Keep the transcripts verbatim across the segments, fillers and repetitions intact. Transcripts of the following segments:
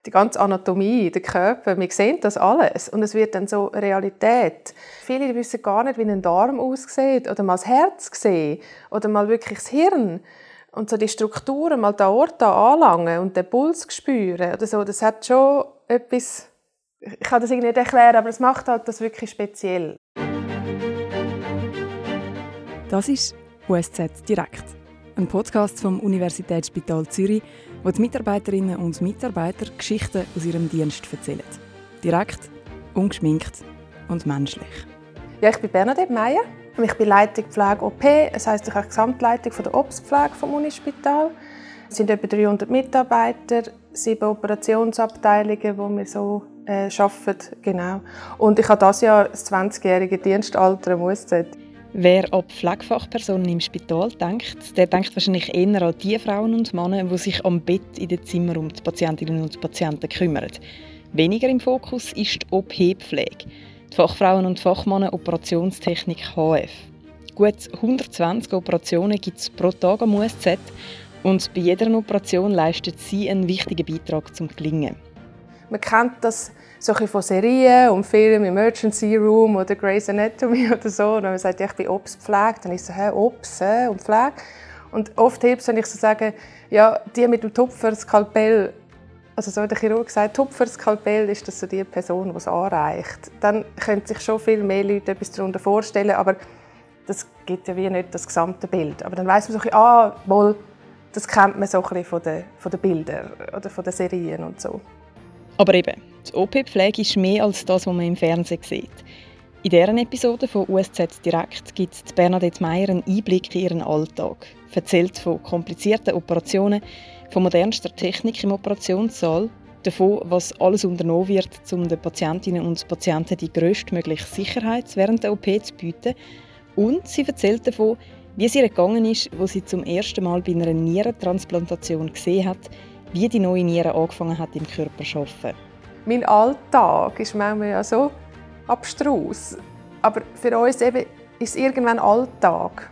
die ganze Anatomie, der Körper, wir sehen das alles und es wird dann so Realität. Viele wissen gar nicht, wie ein Darm aussieht oder mal das Herz sehen oder mal wirklich das Hirn und so die Strukturen, mal die Aorta anlangen und den Puls spüren oder so, das hat schon etwas, ich kann das irgendwie nicht erklären, aber es macht halt das wirklich speziell. Das ist U S Z Direkt, ein Podcast vom Universitätsspital Zürich, wo die Mitarbeiterinnen und Mitarbeiter Geschichten aus ihrem Dienst erzählen. Direkt, ungeschminkt und menschlich. Ja, ich bin Bernadette Meyer. Ich bin Leitung Pflege O P, das heisst, ich habe die Gesamtleitung von der O P S-Pflege vom Unispital. Es sind etwa dreihundert Mitarbeiter, sieben Operationsabteilungen, wo wir so äh, arbeiten. Genau. Und ich habe dieses Jahr das zwanzigjährige Dienstalter am U S Z. Wer an Pflegefachpersonen im Spital denkt, der denkt wahrscheinlich eher an die Frauen und Männer, die sich am Bett in den Zimmern um die Patientinnen und Patienten kümmern. Weniger im Fokus ist die O P-Pflege. Die Fachfrauen und Fachmänner Operationstechnik H F. Gut hundertzwanzig Operationen gibt es pro Tag am U S Z und bei jeder Operation leistet sie einen wichtigen Beitrag zum Gelingen. Man kennt das so ein von Serien und Filmen, Emergency Room oder Grey's Anatomy oder so. Und wenn man sagt, ja, ich bin O P S-Pflege, dann ist es so, hä, O P S äh, und Pflege. Und oft hilft es, wenn ich so sage, ja, die mit dem Tupfer, Skalpell, also so hat der Chirurg gesagt, Tupfer, Skalpell ist das so die Person, die es anreicht. Dann können sich schon viel mehr Leute etwas darunter vorstellen, aber das gibt ja wie nicht das gesamte Bild. Aber dann weiss man so, ah, wohl, das kennt man so ein bisschen von den, von den Bildern oder von den Serien und so. Aber eben, die O P-Pflege ist mehr als das, was man im Fernsehen sieht. In dieser Episode von U S Z Direkt gibt Bernadette Meyer einen Einblick in ihren Alltag. Erzählt von komplizierten Operationen, von modernster Technik im Operationssaal, davon, was alles unternommen wird, um den Patientinnen und Patienten die grösstmögliche Sicherheit während der O P zu bieten. Und sie erzählt davon, wie es ihr gegangen ist, wo sie zum ersten Mal bei einer Nierentransplantation gesehen hat, wie die neue Niere angefangen hat, im Körper zu arbeiten. Mein Alltag ist manchmal ja so abstrus. Aber für uns eben ist es irgendwann Alltag.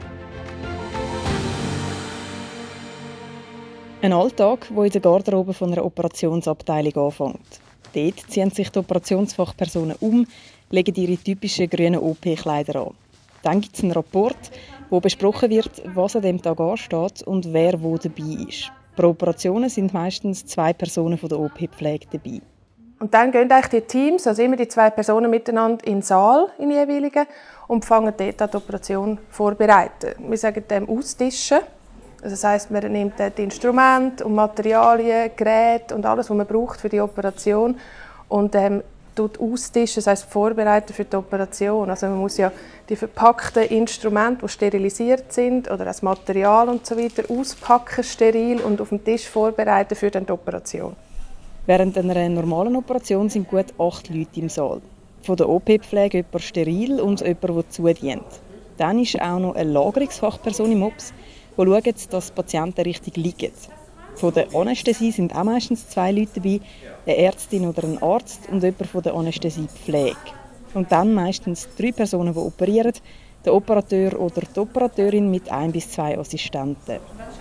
Ein Alltag, der in der Garderobe von einer Operationsabteilung anfängt. Dort ziehen sich die Operationsfachpersonen um, legen ihre typischen grünen O P-Kleider an. Dann gibt es einen Rapport, wo besprochen wird, was an diesem Tag ansteht und wer wo dabei ist. Pro Operationen sind meistens zwei Personen von der O P-Pflege dabei. Und dann gehen eigentlich die Teams, also immer die zwei Personen miteinander in den Saal, in den jeweiligen, und fangen dort an die Operation vorbereiten. Wir sagen dem austischen. Also das heisst, man nimmt die Instrumente und Materialien, Geräte und alles, was man braucht für die Operation und ähm, tut austischen, das heisst vorbereiten für die Operation. Also man muss ja die verpackten Instrumente, die sterilisiert sind, oder das Material und so weiter, auspacken, steril und auf dem Tisch vorbereiten für die Operation. Während einer normalen Operation sind gut acht Leute im Saal. Von der O P-Pflege jemand steril und jemand, der zudient. Dann ist auch noch eine Lagerungsfachperson im O P S, die schaut, dass die Patienten richtig liegen. Von der Anästhesie sind auch meistens zwei Leute dabei, eine Ärztin oder ein Arzt und jemand von der Anästhesiepflege. Und dann meistens drei Personen, die operieren, der Operateur oder die Operateurin mit ein bis zwei Assistenten.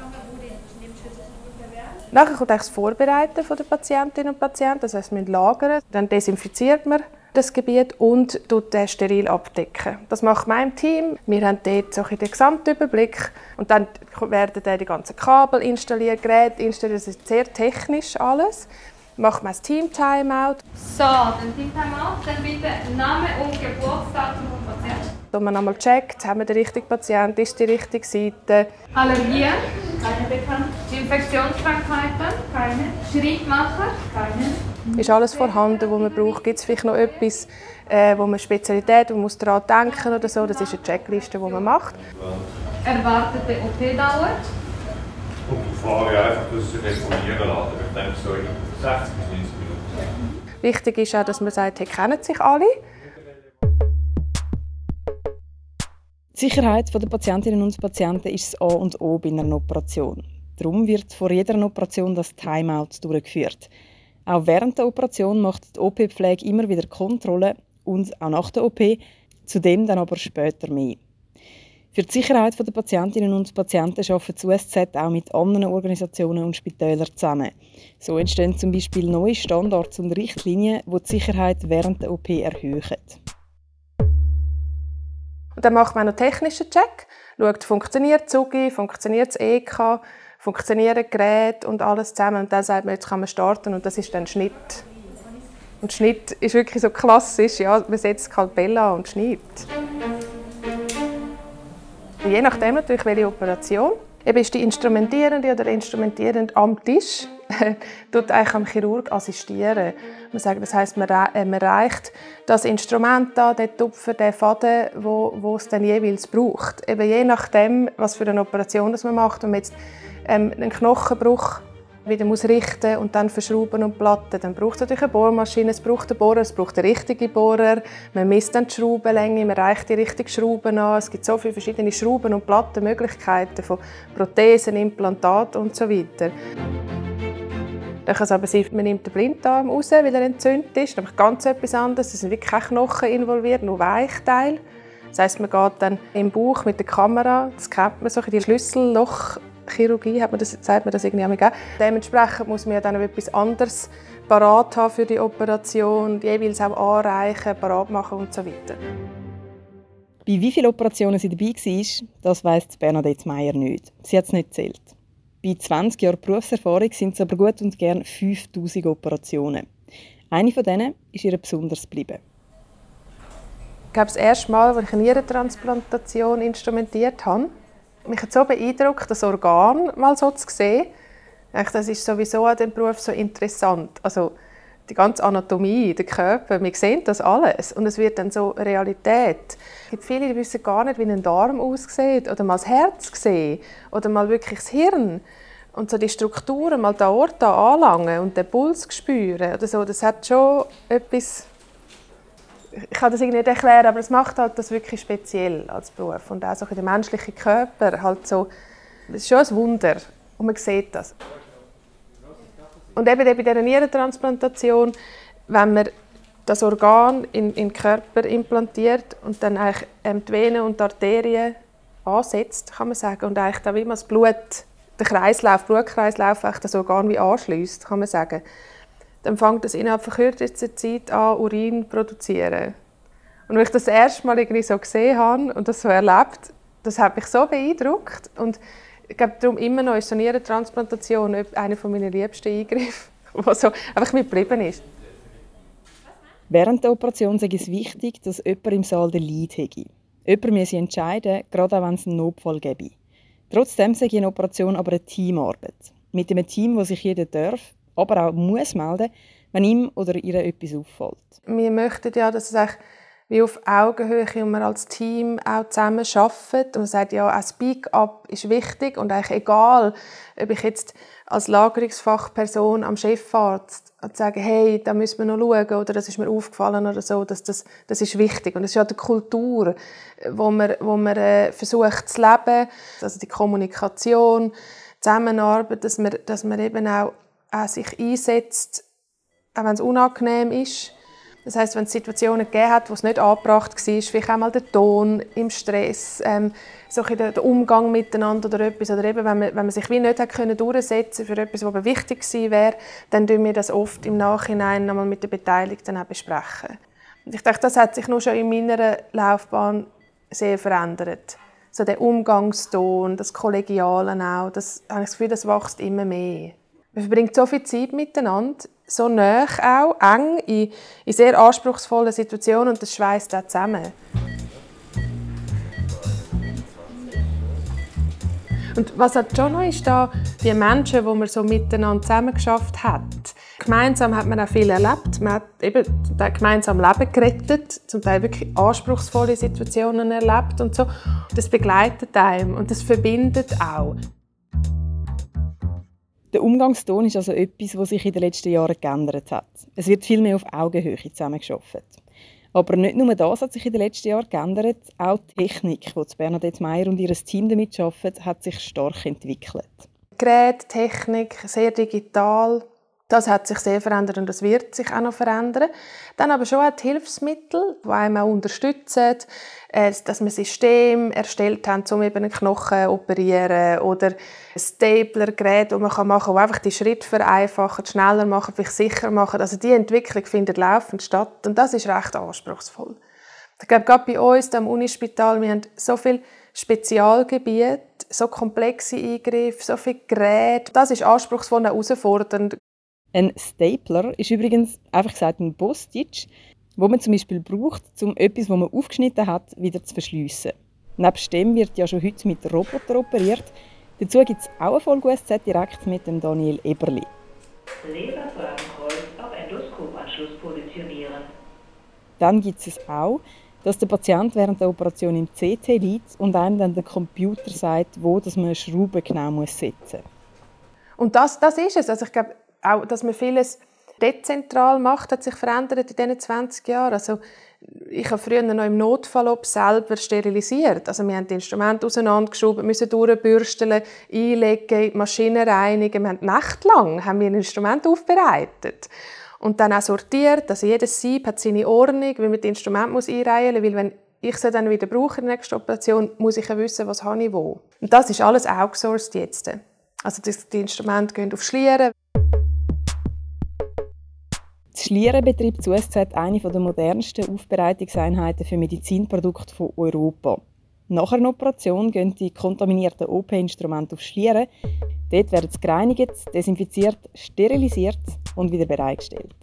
Nachher kommt das Vorbereiten der Patientinnen und Patienten, das heisst, wir müssen lagern. Dann desinfiziert man das Gebiet und tut den steril abdecken. Das macht mein Team. Wir haben dort so den Gesamtüberblick und dann werden dann die ganzen Kabel installiert, Geräte installiert. Das ist sehr technisch alles. Macht man das Team-Timeout. So, dann Team-Timeout, dann bitte Name und Geburtsdatum vom Patienten. Und man einmal checkt, haben wir den richtigen Patienten, ist die richtige Seite. Allergien? Keine bekannt. Infektionskrankheiten? Keine. Schrittmacher? Keine. Ist alles vorhanden, was man braucht? Gibt es vielleicht noch etwas, äh, wo man Spezialität, wo man muss daran denken oder so? Das ist eine Checkliste, die man macht. Erwartete O P-Dauer? Und die Frage einfach, dass sie reformieren lassen. Ich denke, so in sechzig bis neunzig Minuten. Wichtig ist auch, dass man sagt, hey, kennen sich alle. Die Sicherheit der Patientinnen und Patienten ist das A und O bei einer Operation. Darum wird vor jeder Operation das Timeout durchgeführt. Auch während der Operation macht die O P-Pflege immer wieder Kontrollen und auch nach der O P, zudem dann aber später mehr. Für die Sicherheit der Patientinnen und Patienten arbeitet die U S Z auch mit anderen Organisationen und Spitälern zusammen. So entstehen zum Beispiel neue Standards und Richtlinien, die die Sicherheit während der O P erhöhen. Und dann macht man noch einen technischen Check, schaut, funktioniert das U G I, funktioniert das E K, funktionieren die Geräte und alles zusammen. Und dann sagt man, jetzt kann man starten und das ist dann Schnitt. Und Schnitt ist wirklich so klassisch, ja, man setzt Skalpell und schneidet. Je nachdem natürlich, welche Operation. Eben ist die Instrumentierende oder der Instrumentierende am Tisch, tut eigentlich am Chirurg assistieren. Man sagt, das heisst, man, äh, man reicht das Instrument an, den Tupfer, den Faden, wo, wo es dann jeweils braucht. Eben je nachdem, was für eine Operation das man macht. Wenn man jetzt ähm, einen Knochenbruch wieder muss richten und dann verschrauben und platten, dann braucht es natürlich eine Bohrmaschine, es braucht einen Bohrer, es braucht einen richtigen Bohrer, man misst dann die Schraubenlänge, man reicht die richtigen Schrauben an, es gibt so viele verschiedene Schrauben- und Plattenmöglichkeiten von Prothesen, Implantaten und so weiter. Dann kann es aber sein, man nimmt den Blinddarm raus, weil er entzündet ist, dann ist ganz etwas anderes, es sind wirklich keine Knochen involviert, nur Weichteile. Das heisst, man geht dann im Bauch mit der Kamera, das kennt man so, die Schlüsselloch Chirurgie, hat man das, sagt man das irgendwie auch. Dementsprechend muss man ja dann etwas anderes parat haben für die Operation, jeweils auch anreichen, parat machen und so weiter. Bei wie vielen Operationen sie dabei war, das weiss Bernadette Meier nicht. Sie hat es nicht gezählt. Bei zwanzig Jahren Berufserfahrung sind es aber gut und gern fünftausend Operationen. Eine von denen ist ihr besonders geblieben. Ich glaube, das erste Mal, als ich eine Nierentransplantation instrumentiert habe, mich hat so beeindruckt, das Organ mal so zu sehen. Das ist sowieso an diesem Beruf so interessant. Also die ganze Anatomie, der Körper, wir sehen das alles und es wird dann so Realität. Es gibt viele, die wissen gar nicht, wie ein Darm aussieht oder mal das Herz sehen oder mal wirklich das Hirn. Und so die Strukturen, mal die Aorta anlangen und den Puls spüren oder so, das hat schon etwas. Ich kann das irgendwie nicht erklären, aber es macht halt das wirklich speziell als Beruf. Und auch so der menschliche Körper, halt so, das ist schon ein Wunder und man sieht das. Und eben bei dieser Nierentransplantation, wenn man das Organ in, in den Körper implantiert und dann eigentlich die Venen und die Arterien ansetzt, kann man sagen, und eigentlich dann wie man das Blut, den Kreislauf, Blutkreislauf, das Organ wie anschliesst, kann man sagen. Dann fängt es innerhalb von kürzester Zeit an, Urin zu produzieren. Und als ich das erste Mal irgendwie so gesehen habe und das so erlebt, das hat mich so beeindruckt. Und ich glaube, darum immer noch ist so eine Nierentransplantation einer meiner liebsten Eingriffe, der so einfach mitgeblieben ist. Während der Operation ist es wichtig, dass jemand im Saal den Lead hätte. Jemand muss entscheiden, gerade auch wenn es einen Notfall gäbe. Trotzdem ist eine Operation aber eine Teamarbeit. Mit einem Team, das sich jeder darf, aber auch muss melden, wenn ihm oder ihr etwas auffällt. Wir möchten ja, dass es eigentlich wie auf Augenhöhe und man als Team auch zusammen arbeitet. Und man sagt, ja, ein Speak-up ist wichtig und eigentlich egal, ob ich jetzt als Lagerungsfachperson am Chefarzt sage, hey, da müssen wir noch schauen oder das ist mir aufgefallen oder so, das, das, das ist wichtig. Und das ist ja die Kultur, wo man, wo man äh, versucht zu leben, also die Kommunikation, die Zusammenarbeit, dass man, dass man eben auch auch sich einsetzt, auch wenn es unangenehm ist. Das heisst, wenn es Situationen gegeben hat, wo es nicht angebracht war, vielleicht auch mal der Ton im Stress, ähm, so der, der Umgang miteinander oder etwas, oder eben, wenn man, wenn man sich wie nicht hat können durchsetzen für etwas, was aber wichtig gewesen wäre, dann besprechen wir das oft im Nachhinein nochmal mit den Beteiligten auch besprechen. Und ich denke, das hat sich nur schon in meiner Laufbahn sehr verändert. So der Umgangston, das Kollegiale auch, das habe ich das Gefühl, das wächst immer mehr. Man verbringt so viel Zeit miteinander, so nah auch, eng, in, in sehr anspruchsvollen Situationen und das schweißt auch zusammen. Und was halt schon noch ist, da, die Menschen, die man so miteinander zusammengeschafft hat. Gemeinsam hat man auch viel erlebt. Man hat eben zum Teil gemeinsam Leben gerettet, zum Teil wirklich anspruchsvolle Situationen erlebt und so. Das begleitet einem und das verbindet auch. Der Umgangston ist also etwas, was sich in den letzten Jahren geändert hat. Es wird viel mehr auf Augenhöhe zusammengearbeitet. Aber nicht nur das hat sich in den letzten Jahren geändert, auch die Technik, die Bernadette Meier und ihr Team damit arbeiten, hat sich stark entwickelt. Geräte, Technik, sehr digital. Das hat sich sehr verändert und das wird sich auch noch verändern. Dann aber schon auch die Hilfsmittel, die einem auch unterstützen, dass wir Systeme erstellt haben, um eben einen Knochen zu operieren oder ein Stapler-Gerät, das man machen kann, das einfach die Schritte vereinfachen, schneller machen, vielleicht sicher machen. Also die Entwicklung findet laufend statt und das ist recht anspruchsvoll. Ich glaube, gerade bei uns am Unispital, wir haben so viele Spezialgebiete, so komplexe Eingriffe, so viele Geräte. Das ist anspruchsvoll und herausfordernd. Ein Stapler ist übrigens einfach gesagt ein Bostitch, wo man zum Beispiel braucht, um etwas, das man aufgeschnitten hat, wieder zu verschliessen. Nebst dem wird ja schon heute mit Robotern operiert. Dazu gibt es auch eine Folge U S Z direkt mit dem Daniel Eberli. Leberfragenkreuz auf Endoskopanschluss positionieren. Dann gibt es auch, dass der Patient während der Operation im C T liegt und einem dann der Computer sagt, wo dass man eine Schraube genau setzen muss. Und das, das ist es. Also ich glaube, auch, dass man vieles dezentral macht, hat sich verändert in diesen zwanzig Jahren. Also ich habe früher noch im Notfall selber sterilisiert. Also wir haben die Instrumente auseinandergeschoben, müssen durchbürsteln, einlegen, Maschinen reinigen. Wir haben nächtelang haben wir ein Instrument aufbereitet. Und dann auch sortiert. Also jedes Sieb hat seine Ordnung, wie man das Instrument muss einreihen muss. Weil wenn ich sie dann wieder brauche in der nächsten Operation, muss ich ja wissen, was habe ich wo. Und das ist alles outgesourced jetzt. Also die Instrumente gehen auf Schlieren. Das Schlieren betreibt das U S Z eine der modernsten Aufbereitungseinheiten für Medizinprodukte von Europa. Nach einer Operation gehen die kontaminierten O P-Instrumente auf Schlieren. Dort werden sie gereinigt, desinfiziert, sterilisiert und wieder bereitgestellt.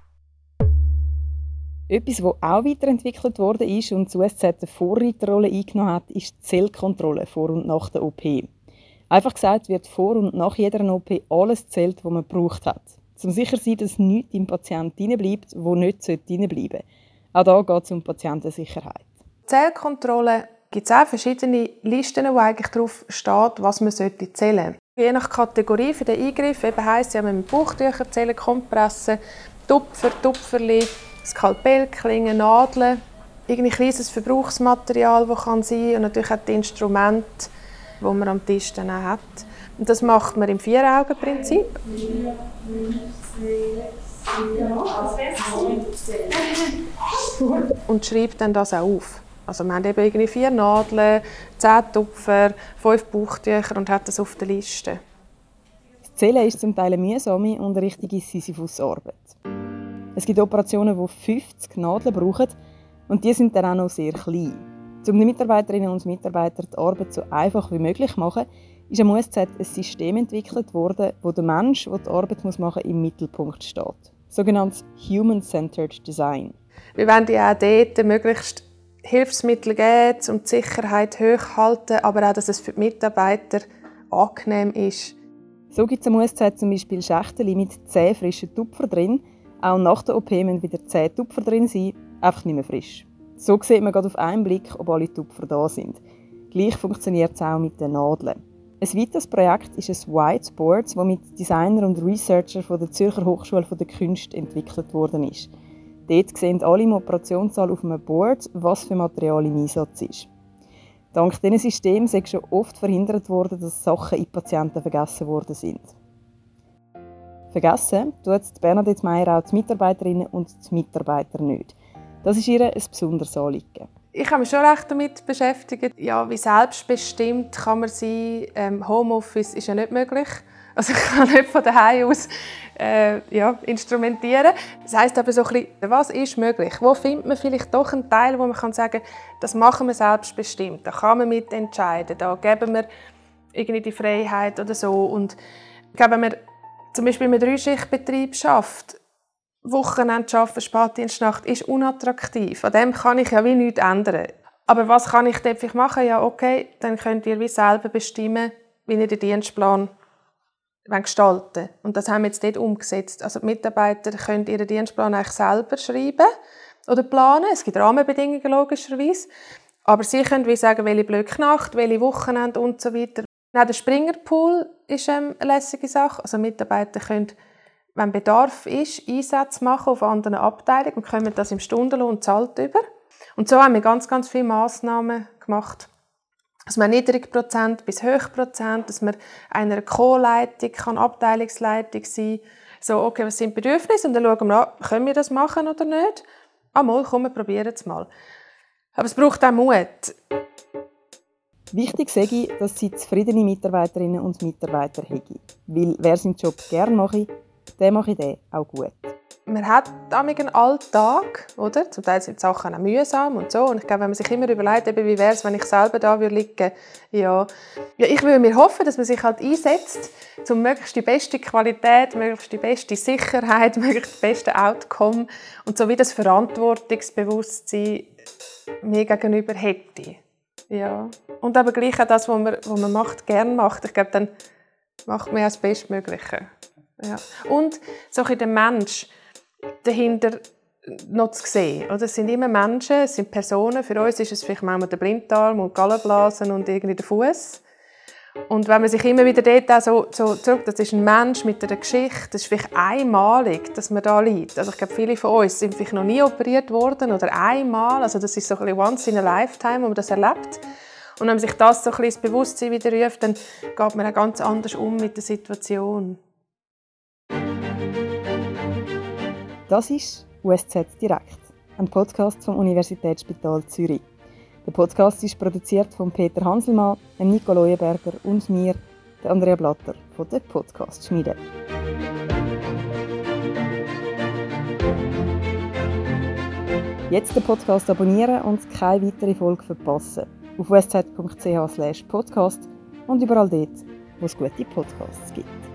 Etwas, das auch weiterentwickelt wurde ist und das U S Z eine Vorreiterrolle eingenommen hat, ist die Zellkontrolle vor und nach der O P. Einfach gesagt wird vor und nach jeder O P alles gezählt, was man gebraucht hat. Um sicher zu sein, dass nichts im Patienten hineinbleibt, das nicht hineinbleiben sollte. Auch hier geht es um Patientensicherheit. Zellkontrolle gibt es auch verschiedene Listen, wo eigentlich darauf steht, was man zählen sollte. Je nach Kategorie für den Eingriff eben heisst es ja, mit Bauchtücher zählen, Kompressen, Tupfer, Tupferli, Skalpellklingen, Nadeln, irgendwie kleines Verbrauchsmaterial, das kann sein und natürlich auch die Instrumente, die man am Tisch dann auch hat. Und das macht man im Vier-Augen-Prinzip. Und schreibt dann das auch auf. Also man hat eben irgendwie vier Nadeln, zehn Tupfer, fünf Bauchtücher und hat das auf der Liste. Das Zählen ist zum Teil eine mühsame und eine richtige Sisyphus-Arbeit. Es gibt Operationen, die fünfzig Nadeln brauchen und die sind dann auch noch sehr klein. Um den Mitarbeiterinnen und Mitarbeitern die Arbeit so einfach wie möglich zu machen, ist am U S Z ein System entwickelt worden, wo der Mensch, der die Arbeit machen muss, im Mittelpunkt steht. Sogenanntes Human-Centered Design. Wir wollen ja auch dort möglichst Hilfsmittel geben, um die Sicherheit hochzuhalten, aber auch, dass es für die Mitarbeiter angenehm ist. So gibt es am U S Z zum Beispiel Schächtchen mit zehn frischen Tupfern drin. Auch nach der O P müssen wieder zehn Tupfer drin sein, einfach nicht mehr frisch. So sieht man gerade auf einen Blick, ob alle Tupfer da sind. Gleich funktioniert es auch mit den Nadeln. Ein weiteres Projekt ist ein Whiteboard, das mit Designern und Researchern von der Zürcher Hochschule der Künste entwickelt worden ist. Dort sehen alle im Operationssaal auf einem Board, was für Material im Einsatz ist. Dank diesem System ist schon oft verhindert worden, dass Sachen in Patienten vergessen worden sind. Vergessen tut Bernadette Meier auch die Mitarbeiterinnen und die Mitarbeiter nicht. Das ist ihr ein besonderes Anliegen. Ich habe mich schon recht damit beschäftigt, ja, wie selbstbestimmt kann man sein. Ähm, Homeoffice ist ja nicht möglich. Also ich kann nicht von daheim aus äh, ja, instrumentieren. Das heisst aber so ein bisschen, was ist möglich? Wo findet man vielleicht doch einen Teil, wo man kann sagen, das machen wir selbstbestimmt. Da kann man mitentscheiden. Da geben wir irgendwie die Freiheit oder so. Und ich glaube, wenn man zum Beispiel mit Dreischichtbetrieb schafft, Wochenende arbeiten, Spätdienstnacht, ist unattraktiv. An dem kann ich ja wie nichts ändern. Aber was kann ich dort vielleicht machen? Ja, okay, dann könnt ihr wie selber bestimmen, wie ihr den Dienstplan gestalten. Und das haben wir jetzt dort umgesetzt. Also die Mitarbeiter können ihren Dienstplan eigentlich selber schreiben oder planen. Es gibt Rahmenbedingungen logischerweise. Aber sie können wie sagen, welche Blöcke Nacht, welche Wochenende und so weiter. Auch der Springerpool ist eine lässige Sache. Also Mitarbeiter können, wenn Bedarf ist, Einsätze machen auf anderen Abteilungen und kommen das im Stundenlohn zahlt über. Und so haben wir ganz, ganz viele Massnahmen gemacht. Dass man Niedrigprozent bis Hochprozent, dass man einer Co-Leitung kann Abteilungsleitung sein, So, okay, was sind die Bedürfnisse? Und dann schauen wir an, können wir das machen oder nicht? Ah, mal, komm, wir probieren es mal. Aber es braucht auch Mut. Wichtig sage ich, dass sie zufriedene Mitarbeiterinnen und Mitarbeiter haben. Weil wer seinen Job gerne mache, der mache ich den auch gut. Man hat einen Alltag, oder? Zum Teil sind die Sachen auch mühsam und so. Und ich glaube, wenn man sich immer überlegt, eben, wie wäre es, wenn ich selber da würde liegen, ja, ja, ich würde mir hoffen, dass man sich halt einsetzt, um möglichst die beste Qualität, möglichst die beste Sicherheit, möglichst das beste Outcome und so wie das Verantwortungsbewusstsein mir gegenüber hätte. Ja. Und aber gleich auch das, was man, was man macht, gerne macht. Ich glaube, dann macht man ja das Bestmögliche. Ja. Und so ein der Mensch dahinter noch zu sehen. Oder? Es sind immer Menschen, es sind Personen. Für uns ist es vielleicht manchmal der Blinddarm und Gallenblasen und irgendwie der Fuß. Und wenn man sich immer wieder dort auch so, so zurück, das ist ein Mensch mit einer Geschichte, das ist vielleicht einmalig, dass man da liegt. Also ich glaube, viele von uns sind vielleicht noch nie operiert worden oder einmal. Also das ist so ein bisschen once in a lifetime, wo man das erlebt. Und wenn man sich das so ein bisschen ins Bewusstsein wieder ruft, dann geht man auch ganz anders um mit der Situation. Das ist U S Z Direkt, ein Podcast vom Universitätsspital Zürich. Der Podcast ist produziert von Peter Hanselmann, Nico Leuenberger und mir, Andrea Blatter von der Podcast-Schmiede. Jetzt den Podcast abonnieren und keine weitere Folge verpassen. Auf u s z punkt c h slash podcast und überall dort, wo es gute Podcasts gibt.